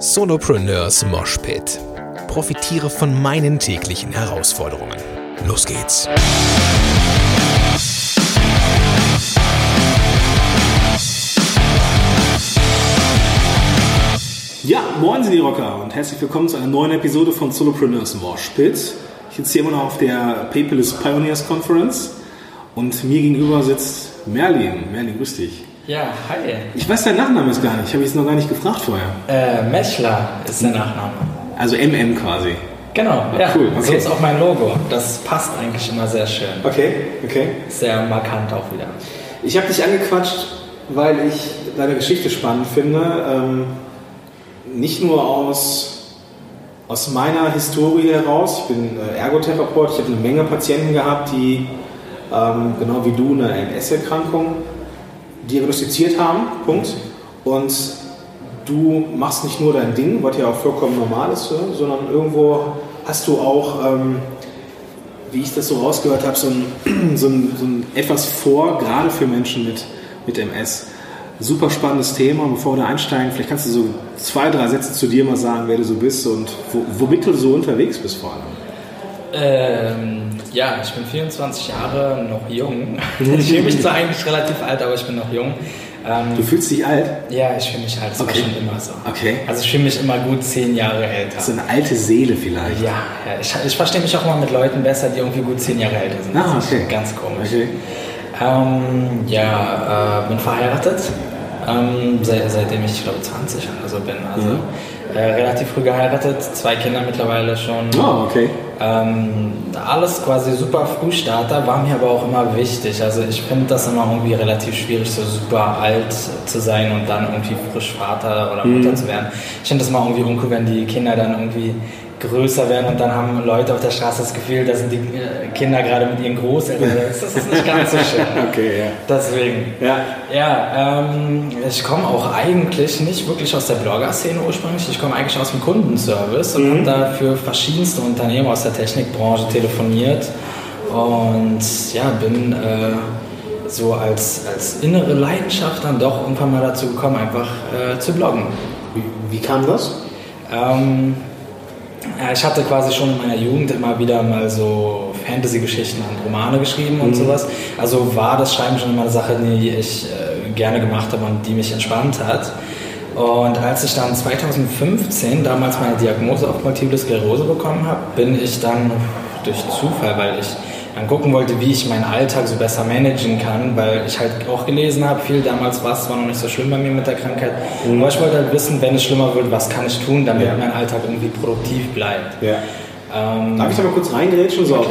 Solopreneurs Moshpit. Profitiere von meinen täglichen Herausforderungen. Los geht's! Ja, moin Sie die Rocker und herzlich willkommen zu einer neuen Episode von Solopreneurs Moshpit. Ich sitze hier immer noch auf der Paperless Pioneers Conference und mir gegenüber sitzt Merlin. Merlin, grüß dich. Ja, hi. Ich weiß deinen Nachnamen jetzt gar nicht, ich habe es noch gar nicht gefragt vorher. Mechler ist der Nachname. Also MM quasi. Genau, ja. Cool, okay. So ist auch mein Logo. Das passt eigentlich immer sehr schön. Okay. Sehr markant auch wieder. Ich habe dich angequatscht, weil ich deine Geschichte spannend finde. Nicht nur aus meiner Historie heraus. Ich bin Ergotherapeut, ich habe eine Menge Patienten gehabt, die genau wie du eine MS-Erkrankung diagnostiziert haben, Punkt. Und du machst nicht nur dein Ding, was ja auch vollkommen normal ist, sondern irgendwo hast du auch, wie ich das so rausgehört habe, so ein etwas vor, gerade für Menschen mit MS. Super spannendes Thema. Bevor wir da einsteigen, vielleicht kannst du so 2-3 Sätze zu dir mal sagen, wer du so bist und womit du so unterwegs bist vor allem. Ja, ich bin 24 Jahre, noch jung. Ich fühle mich zwar eigentlich relativ alt, aber ich bin noch jung. Du fühlst dich alt? Ja, ich fühle mich alt, das war schon immer so. Okay. Also ich fühle mich immer gut 10 Jahre älter. So eine alte Seele vielleicht. Ja, ich verstehe mich auch immer mit Leuten besser, die irgendwie gut 10 Jahre älter sind. Ah, das ist ganz komisch. Okay. Bin verheiratet, seitdem ich glaube 20 oder so bin. Also relativ früh geheiratet, 2 Kinder mittlerweile schon. Oh, okay. Alles quasi super Frühstarter, war mir aber auch immer wichtig. Also ich finde das immer irgendwie relativ schwierig, so super alt zu sein und dann irgendwie frisch Vater oder Mutter zu werden. Ich finde das mal irgendwie uncool, wenn die Kinder dann irgendwie größer werden und dann haben Leute auf der Straße das Gefühl, da sind die Kinder gerade mit ihren Großeltern. Das ist nicht ganz so schön. Okay, ja. Deswegen. Ich komme auch eigentlich nicht wirklich aus der Blogger-Szene ursprünglich. Ich komme eigentlich aus dem Kundenservice und habe da für verschiedenste Unternehmen aus der Technikbranche telefoniert und bin so als innere Leidenschaft dann doch irgendwann mal dazu gekommen, einfach zu bloggen. Wie kam das? Ich hatte quasi schon in meiner Jugend immer wieder mal so Fantasy-Geschichten und Romane geschrieben und sowas. Also war das Schreiben schon immer eine Sache, die ich gerne gemacht habe und die mich entspannt hat. Und als ich dann 2015 damals meine Diagnose auf Multiple Sklerose bekommen habe, bin ich dann durch Zufall, weil ich dann gucken wollte, wie ich meinen Alltag so besser managen kann, weil ich halt auch gelesen habe, viel damals war es zwar noch nicht so schlimm bei mir mit der Krankheit, aber ich wollte halt wissen, wenn es schlimmer wird, was kann ich tun, damit mein Alltag irgendwie produktiv bleibt. Ja. Darf ich da mal kurz reingrätschen? So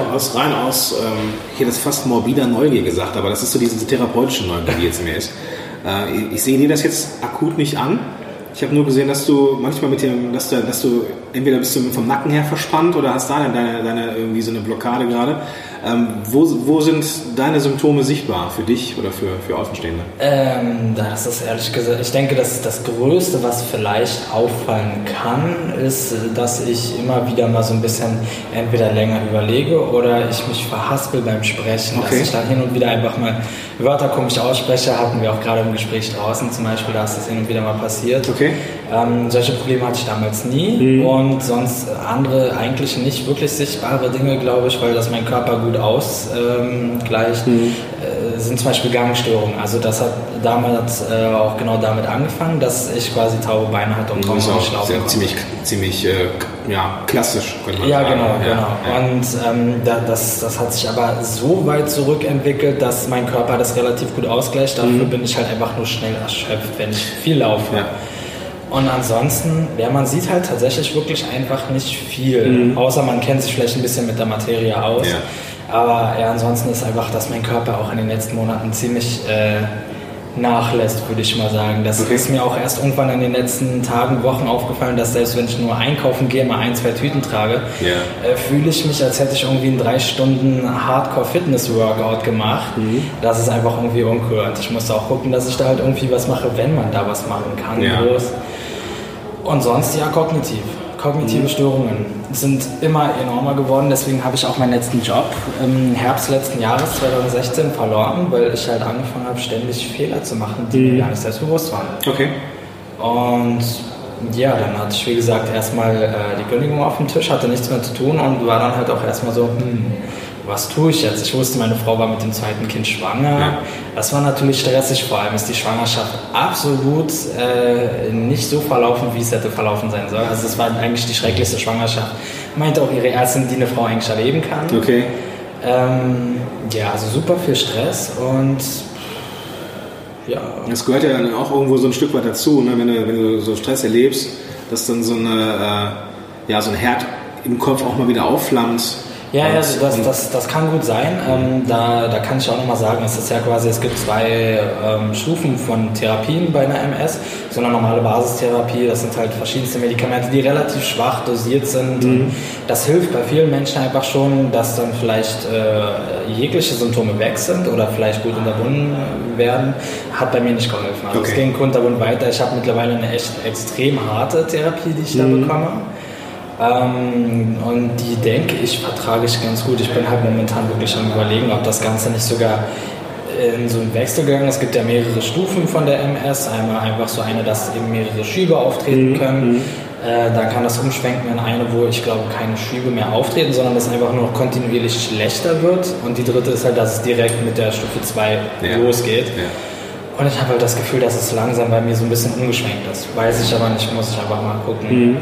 ich hätte es fast morbider Neugier gesagt, aber das ist so diese therapeutische Neugier, die jetzt in mir ist. Ich sehe dir das jetzt akut nicht an. Ich habe nur gesehen, dass du manchmal dass du entweder bist du vom Nacken her verspannt oder hast da deine irgendwie so eine Blockade gerade. Wo sind deine Symptome sichtbar für dich oder für Außenstehende? Das ist ehrlich gesagt, ich denke, dass das Größte, was vielleicht auffallen kann, ist, dass ich immer wieder mal so ein bisschen entweder länger überlege oder ich mich verhaspel beim Sprechen, dass ich dann hin und wieder einfach mal Wörter komisch ausspreche, hatten wir auch gerade im Gespräch draußen zum Beispiel, da ist das hin und wieder mal passiert. Okay. Solche Probleme hatte ich damals nie und sonst andere eigentlich nicht wirklich sichtbare Dinge, glaube ich, weil das mein Körper gut ausgleicht, sind zum Beispiel Gangstörungen. Also das hat damals auch genau damit angefangen, dass ich quasi taube Beine hatte und kaum das ist schlaufen konnte. Ziemlich klassisch, könnte man sagen. Genau. Ja. Und das hat sich aber so weit zurückentwickelt, dass mein Körper das relativ gut ausgleicht. Dafür bin ich halt einfach nur schnell erschöpft, wenn ich viel laufe. Ja. Und ansonsten, man sieht halt tatsächlich wirklich einfach nicht viel, außer man kennt sich vielleicht ein bisschen mit der Materie aus. Ja. Aber ansonsten ist einfach, dass mein Körper auch in den letzten Monaten ziemlich nachlässt, würde ich mal sagen. Das ist mir auch erst irgendwann in den letzten Tagen, Wochen aufgefallen, dass selbst wenn ich nur einkaufen gehe, mal 1-2 Tüten trage, fühle ich mich, als hätte ich irgendwie einen 3 Stunden Hardcore-Fitness-Workout gemacht. Das ist einfach irgendwie uncool. Und ich musste auch gucken, dass ich da halt irgendwie was mache, wenn man da was machen kann. Ja. Und sonst kognitiv. Kognitive Störungen sind immer enormer geworden, deswegen habe ich auch meinen letzten Job im Herbst letzten Jahres 2016 verloren, weil ich halt angefangen habe, ständig Fehler zu machen, die mir gar nicht selbst bewusst waren. Okay. Und ja, dann hatte ich wie gesagt erstmal die Kündigung auf dem Tisch, hatte nichts mehr zu tun und war dann halt auch erstmal so, was tue ich jetzt? Ich wusste, meine Frau war mit dem zweiten Kind schwanger. Ja. Das war natürlich stressig, vor allem ist die Schwangerschaft absolut nicht so verlaufen, wie es hätte verlaufen sein sollen. Also es war eigentlich die schrecklichste Schwangerschaft. Meinte auch ihre Ärztin, die eine Frau eigentlich erleben kann. Okay. Ja, also super viel Stress und ja. Das gehört ja dann auch irgendwo so ein Stück weit dazu, ne? Wenn du so Stress erlebst, dass dann so ein Herd im Kopf auch mal wieder aufflammt. Ja, also das kann gut sein. Da kann ich auch nochmal sagen, es gibt 2 Stufen von Therapien bei einer MS. So eine normale Basistherapie, das sind halt verschiedenste Medikamente, die relativ schwach dosiert sind. Und das hilft bei vielen Menschen einfach schon, dass dann vielleicht jegliche Symptome weg sind oder vielleicht gut unterbunden werden. Hat bei mir nicht geholfen. Also es ging kunterbunt weiter. Ich habe mittlerweile eine echt extrem harte Therapie, die ich da bekomme. Und die, denke ich, vertrage ich ganz gut. Ich bin halt momentan wirklich am Überlegen, ob das Ganze nicht sogar in so einen Wechsel gegangen ist. Es gibt ja mehrere Stufen von der MS. Einmal einfach so eine, dass eben mehrere Schübe auftreten können. Dann kann das umschwenken in eine, wo ich glaube, keine Schübe mehr auftreten, sondern das einfach nur noch kontinuierlich schlechter wird. Und die dritte ist halt, dass es direkt mit der Stufe 2 losgeht. Ja. Und ich habe halt das Gefühl, dass es langsam bei mir so ein bisschen umgeschwenkt ist. Weiß ich aber nicht, muss ich einfach mal gucken.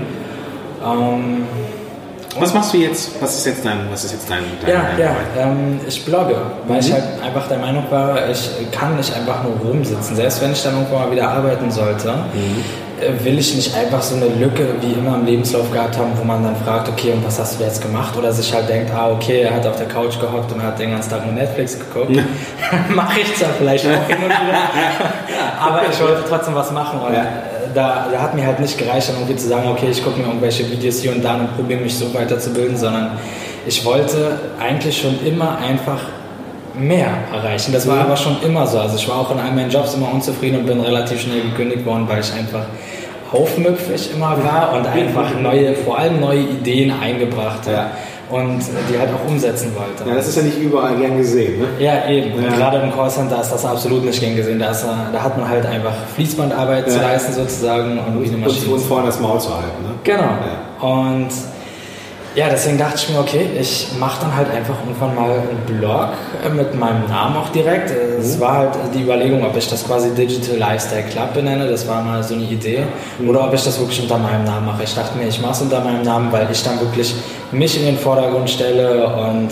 Was machst du jetzt? Was ist jetzt deine Arbeit? Ich blogge, weil ich halt einfach der Meinung war, ich kann nicht einfach nur rumsitzen. Selbst wenn ich dann irgendwann mal wieder arbeiten sollte, will ich nicht einfach so eine Lücke wie immer im Lebenslauf gehabt haben, wo man dann fragt, okay, und was hast du jetzt gemacht? Oder sich halt denkt, okay, er hat auf der Couch gehockt und hat den ganzen Tag nur Netflix geguckt. Mache ich zwar vielleicht auch hin und wieder, aber ich wollte trotzdem was machen. Und da hat mir halt nicht gereicht, dann irgendwie zu sagen, okay, ich gucke mir irgendwelche Videos hier und da und probiere mich so weiterzubilden, sondern ich wollte eigentlich schon immer einfach mehr erreichen. Das war aber schon immer so. Also ich war auch in all meinen Jobs immer unzufrieden und bin relativ schnell gekündigt worden, weil ich einfach aufmüpfig immer war und einfach vor allem neue Ideen eingebracht habe. Und die halt auch umsetzen wollte. Ja, das ist ja nicht überall gern gesehen, ne? Ja, eben. Und gerade im Callcenter ist das absolut nicht gern gesehen. Da hat man halt einfach Fließbandarbeit zu leisten sozusagen und eine Maschine. Und vorne das Maul zu halten, ne? Genau. Ja. Und ja, deswegen dachte ich mir, okay, ich mache dann halt einfach irgendwann mal einen Blog mit meinem Namen auch direkt. Es war halt die Überlegung, ob ich das quasi Digital Lifestyle Club benenne, das war mal so eine Idee, oder ob ich das wirklich unter meinem Namen mache. Ich dachte mir, ich mache es unter meinem Namen, weil ich dann wirklich mich in den Vordergrund stelle und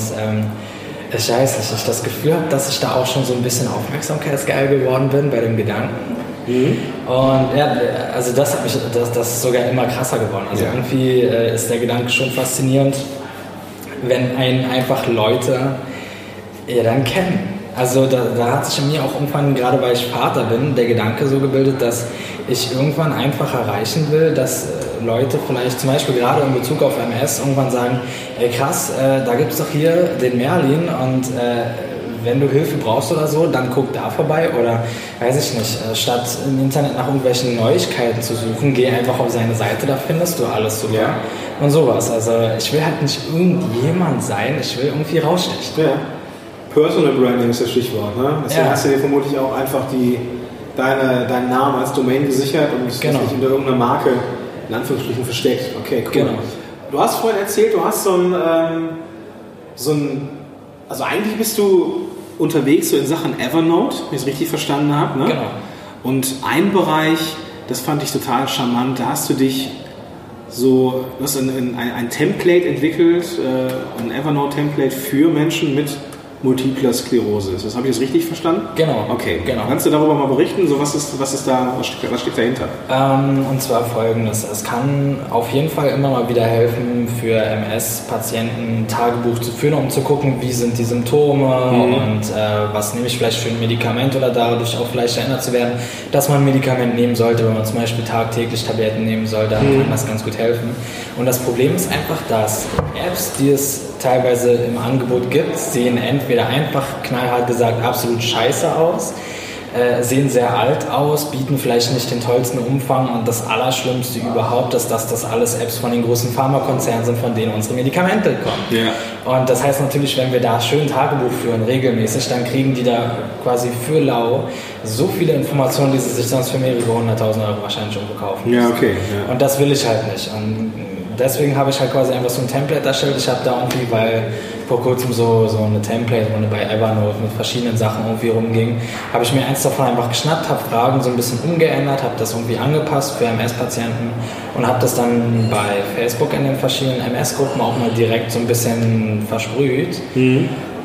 ich weiß nicht, ich das Gefühl habe, dass ich da auch schon so ein bisschen aufmerksamkeitsgeil geworden bin bei dem Gedanken. Und ja, also das ist sogar immer krasser geworden. Also irgendwie ist der Gedanke schon faszinierend, wenn einen einfach Leute dann kennen. Also da hat sich in mir auch irgendwann, gerade weil ich Vater bin, der Gedanke so gebildet, dass ich irgendwann einfach erreichen will, dass Leute vielleicht zum Beispiel gerade in Bezug auf MS irgendwann sagen, ey krass, da gibt es doch hier den Merlin und wenn du Hilfe brauchst oder so, dann guck da vorbei oder weiß ich nicht, statt im Internet nach irgendwelchen Neuigkeiten zu suchen, geh einfach auf seine Seite, da findest du alles super und sowas. Also ich will halt nicht irgendjemand sein, ich will irgendwie rausstechen. Ja. Personal Branding ist das Stichwort, ne? Deswegen hast du dir vermutlich auch einfach deinen Namen als Domain gesichert und nicht unter irgendeiner Marke in Anführungsstrichen versteckt. Okay, cool. Genau. Du hast vorhin erzählt, du hast also eigentlich bist du unterwegs so in Sachen Evernote, wenn ich es richtig verstanden habe. Ne? Genau. Und ein Bereich, das fand ich total charmant, da hast du ein Template entwickelt, ein Evernote-Template für Menschen mit multipler Sklerose. Habe ich das richtig verstanden? Genau. Okay. Genau. Kannst du darüber mal berichten? So, was steckt dahinter? Und zwar Folgendes. Es kann auf jeden Fall immer mal wieder helfen, für MS-Patienten ein Tagebuch zu führen, um zu gucken, wie sind die Symptome und was nehme ich vielleicht für ein Medikament oder dadurch auch vielleicht erinnert zu werden, dass man ein Medikament nehmen sollte, wenn man zum Beispiel tagtäglich Tabletten nehmen soll, dann kann das ganz gut helfen. Und das Problem ist einfach, dass Apps, die es teilweise im Angebot gibt, sehen entweder einfach knallhart gesagt absolut scheiße aus, sehen sehr alt aus, bieten vielleicht nicht den tollsten Umfang und das Allerschlimmste überhaupt ist, dass das alles Apps von den großen Pharmakonzernen sind, von denen unsere Medikamente kommen. Ja. Und das heißt natürlich, wenn wir da schön Tagebuch führen, regelmäßig, dann kriegen die da quasi für lau so viele Informationen, die sie sich sonst für mehrere 100.000 Euro wahrscheinlich schon kaufen. Ja, okay. Ja. Und das will ich halt nicht. Und deswegen habe ich halt quasi einfach so ein Template erstellt. Ich habe da irgendwie, weil vor kurzem so eine Template-Runde bei Evernote mit verschiedenen Sachen irgendwie rumging, habe ich mir eins davon einfach geschnappt, habe Fragen so ein bisschen umgeändert, habe das irgendwie angepasst für MS-Patienten und habe das dann bei Facebook in den verschiedenen MS-Gruppen auch mal direkt so ein bisschen versprüht. Mhm.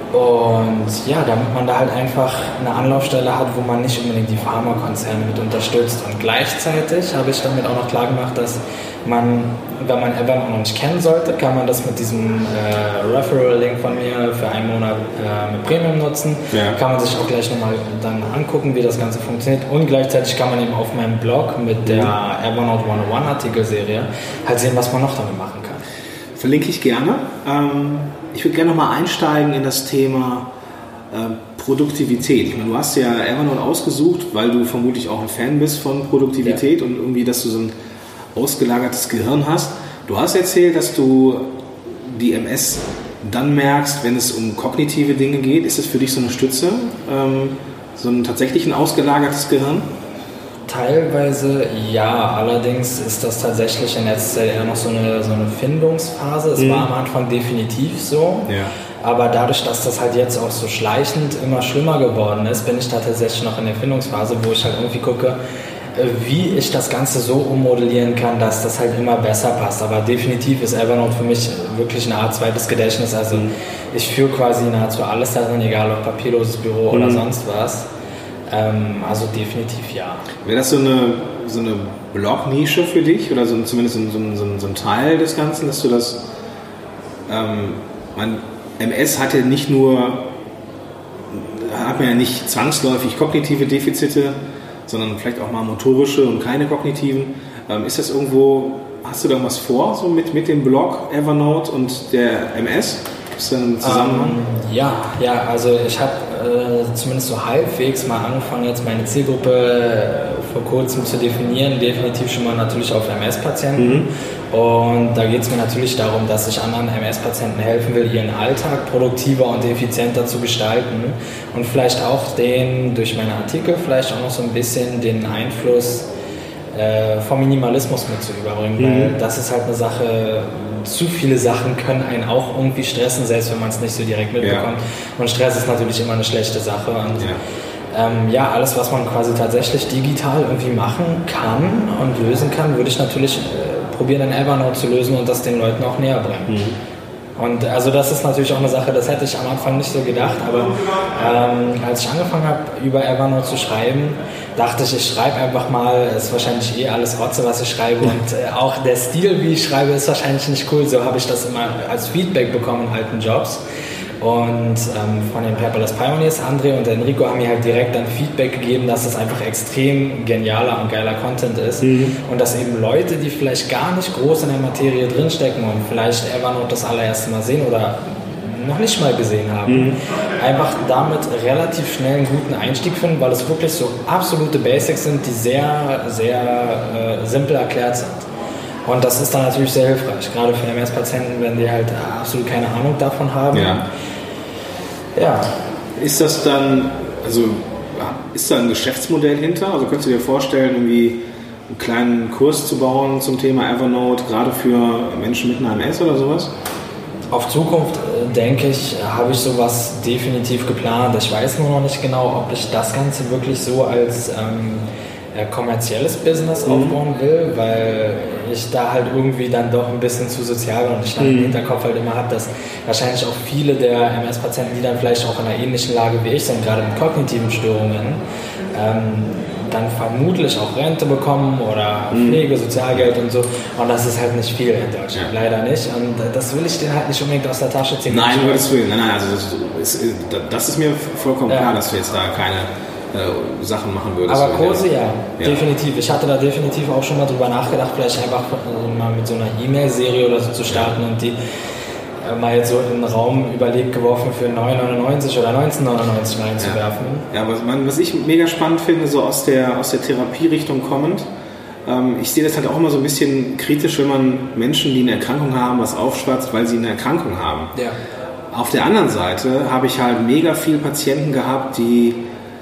Und ja, damit man da halt einfach eine Anlaufstelle hat, wo man nicht unbedingt die Pharmakonzerne mit unterstützt. Und gleichzeitig habe ich damit auch noch klar gemacht, dass man, wenn man Evernote noch nicht kennen sollte, kann man das mit diesem Referral-Link von mir für einen Monat mit Premium nutzen. Ja. Kann man sich auch gleich nochmal dann angucken, wie das Ganze funktioniert. Und gleichzeitig kann man eben auf meinem Blog mit der Evernote 101 Artikelserie halt sehen, was man noch damit machen kann. Verlinke ich gerne. Ich würde gerne nochmal einsteigen in das Thema Produktivität. Ich meine, du hast ja Evernote ausgesucht, weil du vermutlich auch ein Fan bist von Produktivität und irgendwie, dass du so ein ausgelagertes Gehirn hast. Du hast erzählt, dass du die MS dann merkst, wenn es um kognitive Dinge geht. Ist es für dich so eine Stütze, so ein tatsächlich ein ausgelagertes Gehirn? Teilweise ja, allerdings ist das tatsächlich in letzter Zeit eher noch so eine Findungsphase. Es war am Anfang definitiv so, aber dadurch, dass das halt jetzt auch so schleichend immer schlimmer geworden ist, bin ich da tatsächlich noch in der Findungsphase, wo ich halt irgendwie gucke, wie ich das Ganze so ummodellieren kann, dass das halt immer besser passt. Aber definitiv ist Evernote für mich wirklich eine Art zweites Gedächtnis. Also ich führe quasi nahezu alles darin, egal ob papierloses Büro oder sonst was. Also definitiv ja. Wäre das so eine Blog-Nische für dich oder zumindest so ein Teil des Ganzen, dass du das MS hat man ja nicht zwangsläufig kognitive Defizite, sondern vielleicht auch mal motorische und keine kognitiven. Ist das irgendwo, hast du da was vor, so mit dem Blog Evernote und der MS? Gibt es da einen Zusammenhang? Ja, also ich habe zumindest so halbwegs mal angefangen, jetzt meine Zielgruppe vor kurzem zu definieren, definitiv schon mal natürlich auf MS-Patienten. Und da geht es mir natürlich darum, dass ich anderen MS-Patienten helfen will, ihren Alltag produktiver und effizienter zu gestalten und vielleicht auch durch meine Artikel vielleicht auch noch so ein bisschen den Einfluss vom Minimalismus mit zu überbringen, weil das ist halt eine Sache, zu viele Sachen können einen auch irgendwie stressen, selbst wenn man es nicht so direkt mitbekommt. Und Stress ist natürlich immer eine schlechte Sache. Und alles, was man quasi tatsächlich digital irgendwie machen kann und lösen kann, würde ich natürlich probieren, in Evernote zu lösen und das den Leuten auch näher bringen. Und also das ist natürlich auch eine Sache, das hätte ich am Anfang nicht so gedacht, aber als ich angefangen habe, über Evernote zu schreiben, dachte ich schreibe einfach mal, ist wahrscheinlich alles Rotze, was ich schreibe und auch der Stil, wie ich schreibe, ist wahrscheinlich nicht cool. So habe ich das immer als Feedback bekommen in alten Jobs. Und von den Paperless Pioneers, André und Enrico, haben mir halt direkt dann Feedback gegeben, dass das einfach extrem genialer und geiler Content ist und dass eben Leute, die vielleicht gar nicht groß in der Materie drinstecken und vielleicht Evernote das allererste Mal sehen oder noch nicht mal gesehen haben, einfach damit relativ schnell einen guten Einstieg finden, weil es wirklich so absolute Basics sind, die sehr, sehr simpel erklärt sind. Und das ist dann natürlich sehr hilfreich, gerade für MS-Patienten, wenn die halt absolut keine Ahnung davon haben. Ja. Ist das dann, ist da ein Geschäftsmodell hinter? Also könntest du dir vorstellen, irgendwie einen kleinen Kurs zu bauen zum Thema Evernote, gerade für Menschen mit einer MS oder sowas? Auf Zukunft, denke ich, habe ich sowas definitiv geplant. Ich weiß nur noch nicht genau, ob ich das Ganze wirklich so als kommerzielles Business aufbauen will, weil ich da halt irgendwie dann doch ein bisschen zu sozial und ich dann im Hinterkopf halt immer habe, dass wahrscheinlich auch viele der MS-Patienten, die dann vielleicht auch in einer ähnlichen Lage wie ich sind, gerade mit kognitiven Störungen, dann vermutlich auch Rente bekommen oder Pflege, Sozialgeld und so. Und das ist halt nicht viel in Deutschland, leider nicht. Und das will ich denen halt nicht unbedingt aus der Tasche ziehen. Nein, um Gottes Willen. Nein, also das ist mir vollkommen klar, dass du jetzt da keine Sachen machen würdest. Aber Kurse definitiv. Ich hatte da definitiv auch schon mal drüber nachgedacht, vielleicht einfach mal mit so einer E-Mail-Serie oder so zu starten und die mal jetzt so in den Raum überlegt geworfen für 9,99 oder 19,99 reinzuwerfen. Ja, was ich mega spannend finde, so aus der Therapierichtung kommend, ich sehe das halt auch immer so ein bisschen kritisch, wenn man Menschen, die eine Erkrankung haben, was aufschwatzt, weil sie eine Erkrankung haben. Ja. Auf der anderen Seite habe ich halt mega viele Patienten gehabt, die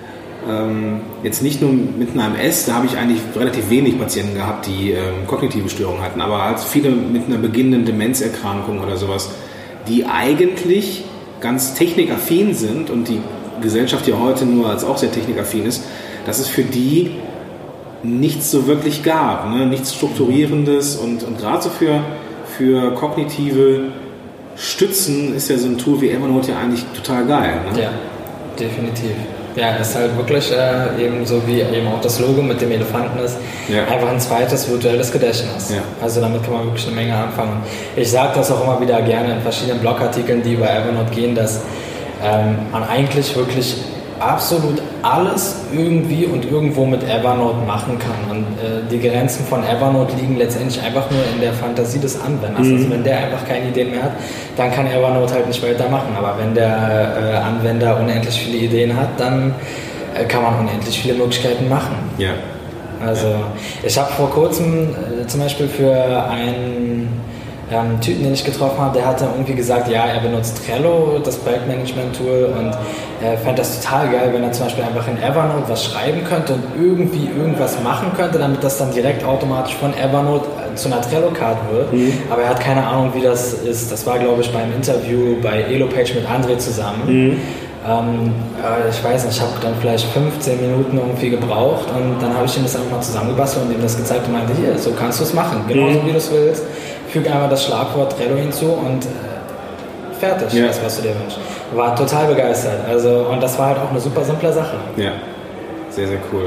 jetzt nicht nur mit einer MS, da habe ich eigentlich relativ wenig Patienten gehabt, die kognitive Störungen hatten, aber halt viele mit einer beginnenden Demenzerkrankung oder sowas, die eigentlich ganz technikaffin sind und die Gesellschaft ja heute nur als auch sehr technikaffin ist, dass es für die nichts so wirklich gab, ne? Nichts Strukturierendes und gerade so für kognitive Stützen ist ja so ein Tool wie Evernote ja eigentlich total geil. Ne? Ja, definitiv. Ja, ist halt wirklich eben so wie eben auch das Logo mit dem Elefanten ist, einfach ein zweites virtuelles Gedächtnis. Ja. Also damit kann man wirklich eine Menge anfangen. Ich sage das auch immer wieder gerne in verschiedenen Blogartikeln, die über Evernote gehen, dass man eigentlich wirklich absolut alles irgendwie und irgendwo mit Evernote machen kann. Und die Grenzen von Evernote liegen letztendlich einfach nur in der Fantasie des Anwenders. Also wenn der einfach keine Ideen mehr hat, dann kann Evernote halt nicht weitermachen. Aber wenn der Anwender unendlich viele Ideen hat, dann kann man unendlich viele Möglichkeiten machen. Ja. Also ich habe vor kurzem zum Beispiel für einen Typen, den ich getroffen habe, der hatte irgendwie gesagt, ja, er benutzt Trello, das Projektmanagement-Tool, und er fände das total geil, wenn er zum Beispiel einfach in Evernote was schreiben könnte und irgendwie irgendwas machen könnte, damit das dann direkt automatisch von Evernote zu einer Trello-Card wird. Aber er hat keine Ahnung, wie das ist. Das war, glaube ich, beim Interview bei Elopage mit André zusammen. Ich weiß nicht, ich habe dann vielleicht 15 Minuten irgendwie gebraucht und dann habe ich ihm das einfach mal zusammengebastelt und ihm das gezeigt und meinte, hier, so kannst du es machen, genauso wie du es willst. Füge einmal das Schlagwort Trello hinzu und fertig, das, was du dir wünschst. War total begeistert. Also, und das war halt auch eine super simple Sache. Ja, sehr, sehr cool.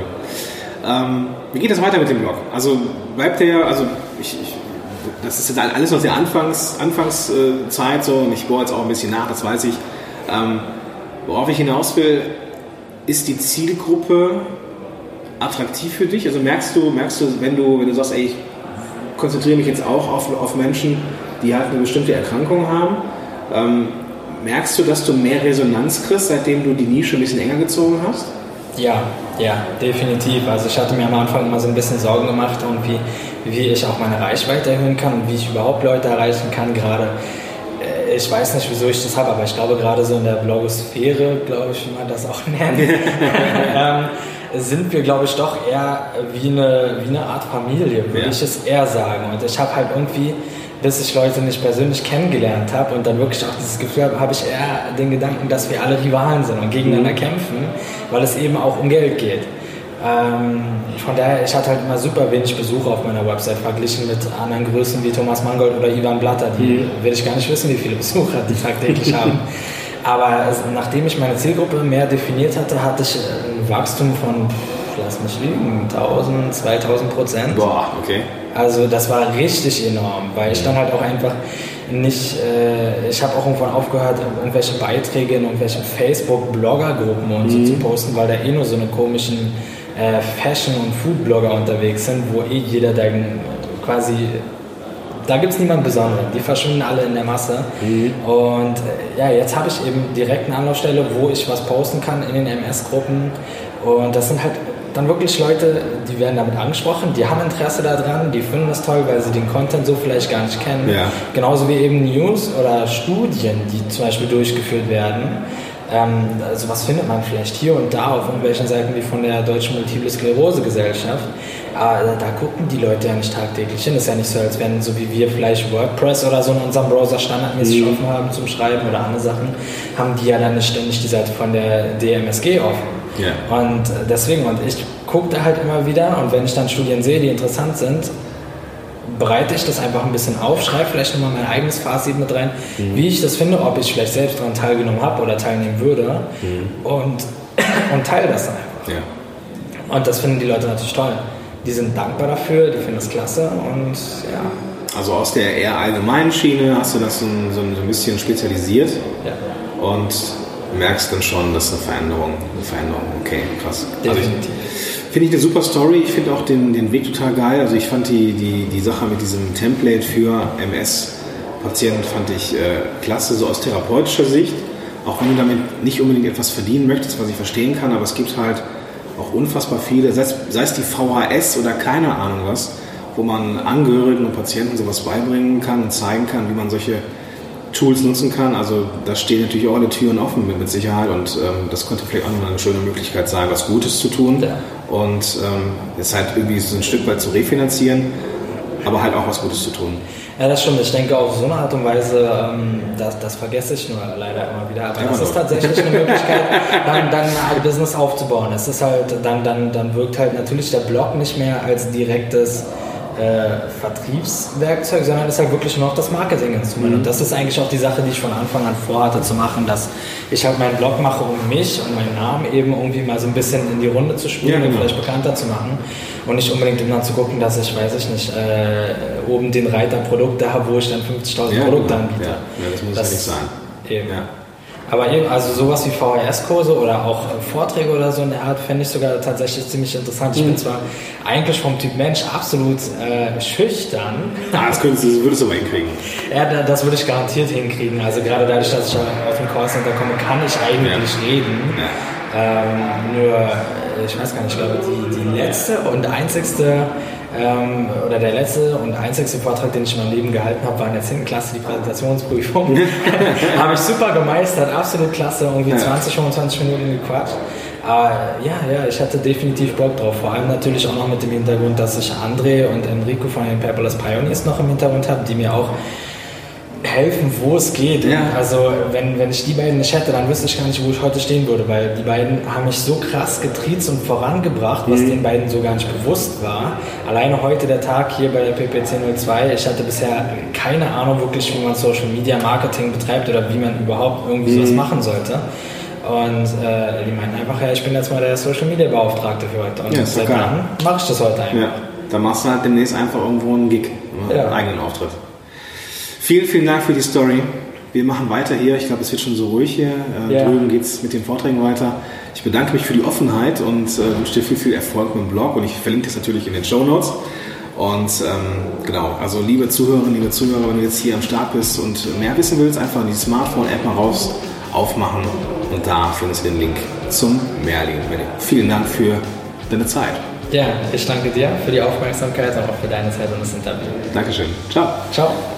Wie geht das weiter mit dem Blog? Also bleibt der, das ist jetzt alles noch sehr Anfangszeit so, und ich bohre jetzt auch ein bisschen nach, das weiß ich. Worauf ich hinaus will, ist die Zielgruppe attraktiv für dich? Also merkst du, wenn du sagst, ey, ich konzentriere mich jetzt auch auf Menschen, die halt eine bestimmte Erkrankung haben, merkst du, dass du mehr Resonanz kriegst, seitdem du die Nische ein bisschen enger gezogen hast? Ja, definitiv. Also ich hatte mir am Anfang immer so ein bisschen Sorgen gemacht, und wie ich auch meine Reichweite erhöhen kann und wie ich überhaupt Leute erreichen kann. Gerade, ich weiß nicht, wieso ich das habe, aber ich glaube gerade so in der Blogosphäre, glaube ich, wie man das auch nennt, sind wir, glaube ich, doch eher wie eine Art Familie, würde ich es eher sagen. Und ich habe halt irgendwie, bis ich Leute nicht persönlich kennengelernt habe und dann wirklich auch dieses Gefühl habe ich eher den Gedanken, dass wir alle Rivalen sind und gegeneinander kämpfen, weil es eben auch um Geld geht. Von daher, ich hatte halt immer super wenig Besucher auf meiner Website verglichen mit anderen Größen wie Thomas Mangold oder Ivan Blatter. Die will ich gar nicht wissen, wie viele Besucher die tagtäglich haben. Aber nachdem ich meine Zielgruppe mehr definiert hatte, hatte ich ein Wachstum von, lass mich lügen, 1000, 2000%. Boah, okay. Also das war richtig enorm, weil ich dann halt auch einfach nicht, ich habe auch irgendwann aufgehört, irgendwelche Beiträge in irgendwelchen Facebook-Blogger-Gruppen und so zu posten, weil da nur so eine komischen Fashion- und Food-Blogger unterwegs sind, wo jeder, der quasi, da gibt es niemanden Besonderen, die verschwinden alle in der Masse. Und jetzt habe ich eben direkt eine Anlaufstelle, wo ich was posten kann in den MS-Gruppen, und das sind halt dann wirklich Leute, die werden damit angesprochen, die haben Interesse daran, die finden das toll, weil sie den Content so vielleicht gar nicht kennen. Ja. Genauso wie eben News oder Studien, die zum Beispiel durchgeführt werden. Sowas findet man vielleicht hier und da auf irgendwelchen Seiten wie von der Deutschen Multiple Sklerose Gesellschaft. Da gucken die Leute ja nicht tagtäglich hin. Das ist ja nicht so, als wenn so wie wir vielleicht WordPress oder so in unserem Browser standardmäßig offen haben zum Schreiben oder andere Sachen, haben die ja dann nicht ständig die Seite von der DMSG offen. Yeah. Und deswegen, und ich gucke da halt immer wieder, und wenn ich dann Studien sehe, die interessant sind, bereite ich das einfach ein bisschen auf, schreibe vielleicht nochmal mein eigenes Fazit mit rein, wie ich das finde, ob ich vielleicht selbst daran teilgenommen habe oder teilnehmen würde, und teile das dann einfach. Yeah. Und das finden die Leute natürlich toll. Die sind dankbar dafür, die finden das klasse, und ja. Also aus der eher allgemeinen Schiene hast du das so ein bisschen spezialisiert, und merkst dann schon, dass eine Veränderung, okay, krass. Definitiv. Also finde ich eine super Story, ich finde auch den Weg total geil, also ich fand die Sache mit diesem Template für MS Patient fand ich klasse, so aus therapeutischer Sicht. Auch wenn du damit nicht unbedingt etwas verdienen möchtest, was ich verstehen kann, aber es gibt halt auch unfassbar viele, sei es die VHS oder keine Ahnung was, wo man Angehörigen und Patienten sowas beibringen kann und zeigen kann, wie man solche Tools nutzen kann. Also da stehen natürlich auch alle Türen offen mit Sicherheit und das könnte vielleicht auch nochmal eine schöne Möglichkeit sein, was Gutes zu tun und es halt irgendwie so ein Stück weit zu refinanzieren, aber halt auch was Gutes zu tun. Ja, das stimmt. Ich denke, auf so eine Art und Weise, das vergesse ich nur leider immer wieder. Aber das ist tatsächlich eine Möglichkeit, dann ein Business aufzubauen. Es ist halt, dann wirkt halt natürlich der Blog nicht mehr als direktes Vertriebswerkzeug, sondern ist halt wirklich nur noch das Marketinginstrument. Und das ist eigentlich auch die Sache, die ich von Anfang an vorhatte zu machen, dass ich halt meinen Blog mache, um mich und meinen Namen eben irgendwie mal so ein bisschen in die Runde zu spielen und vielleicht bekannter zu machen. Und nicht unbedingt immer zu gucken, dass ich, weiß ich nicht, oben den Reiter Produkte habe, wo ich dann 50.000 Produkte anbiete. Ja, das muss ja nicht sein. Eben. Ja. Aber eben, also sowas wie VHS-Kurse oder auch Vorträge oder so in der Art fände ich sogar tatsächlich ziemlich interessant. Ich bin zwar eigentlich vom Typ Mensch absolut schüchtern. Das würdest du aber hinkriegen. Ja, das würde ich garantiert hinkriegen. Also gerade dadurch, dass ich aus dem Callcenter komme, kann ich eigentlich reden. Ja. Nur, ich weiß gar nicht, ich glaube, die letzte und einzigste oder der letzte und einzigste Vortrag, den ich in meinem Leben gehalten habe, war in der 10. Klasse die Präsentationsprüfung. Habe ich super gemeistert, absolut klasse, irgendwie 20, 25 Minuten gequatscht. Aber ja, ich hatte definitiv Bock drauf. Vor allem natürlich auch noch mit dem Hintergrund, dass ich André und Enrico von den Paperless Pioneers noch im Hintergrund habe, die mir auch helfen, wo es geht. Ja. Also wenn ich die beiden nicht hätte, dann wüsste ich gar nicht, wo ich heute stehen würde, weil die beiden haben mich so krass getriezt und vorangebracht, was den beiden so gar nicht bewusst war. Alleine heute der Tag hier bei der PPC 02, ich hatte bisher keine Ahnung wirklich, wie man Social Media Marketing betreibt oder wie man überhaupt irgendwie sowas machen sollte. Und die meinten einfach, ja, ich bin jetzt mal der Social Media Beauftragte für heute. Und seit dann mache ich das heute einfach. Ja, dann machst du halt demnächst einfach irgendwo einen Gig, einen eigenen Auftritt. Vielen, vielen Dank für die Story. Wir machen weiter hier. Ich glaube, es wird schon so ruhig hier. Drüben geht es mit den Vorträgen weiter. Ich bedanke mich für die Offenheit und wünsche dir viel, viel Erfolg mit dem Blog. Und ich verlinke das natürlich in den Shownotes. Und genau, also liebe Zuhörerinnen, liebe Zuhörer, wenn du jetzt hier am Start bist und mehr wissen willst, einfach die Smartphone-App mal aufmachen und da findest du den Link zum Merlin. Vielen Dank für deine Zeit. Ja, ich danke dir für die Aufmerksamkeit und auch für deine Zeit und das Interview. Dankeschön. Ciao. Ciao.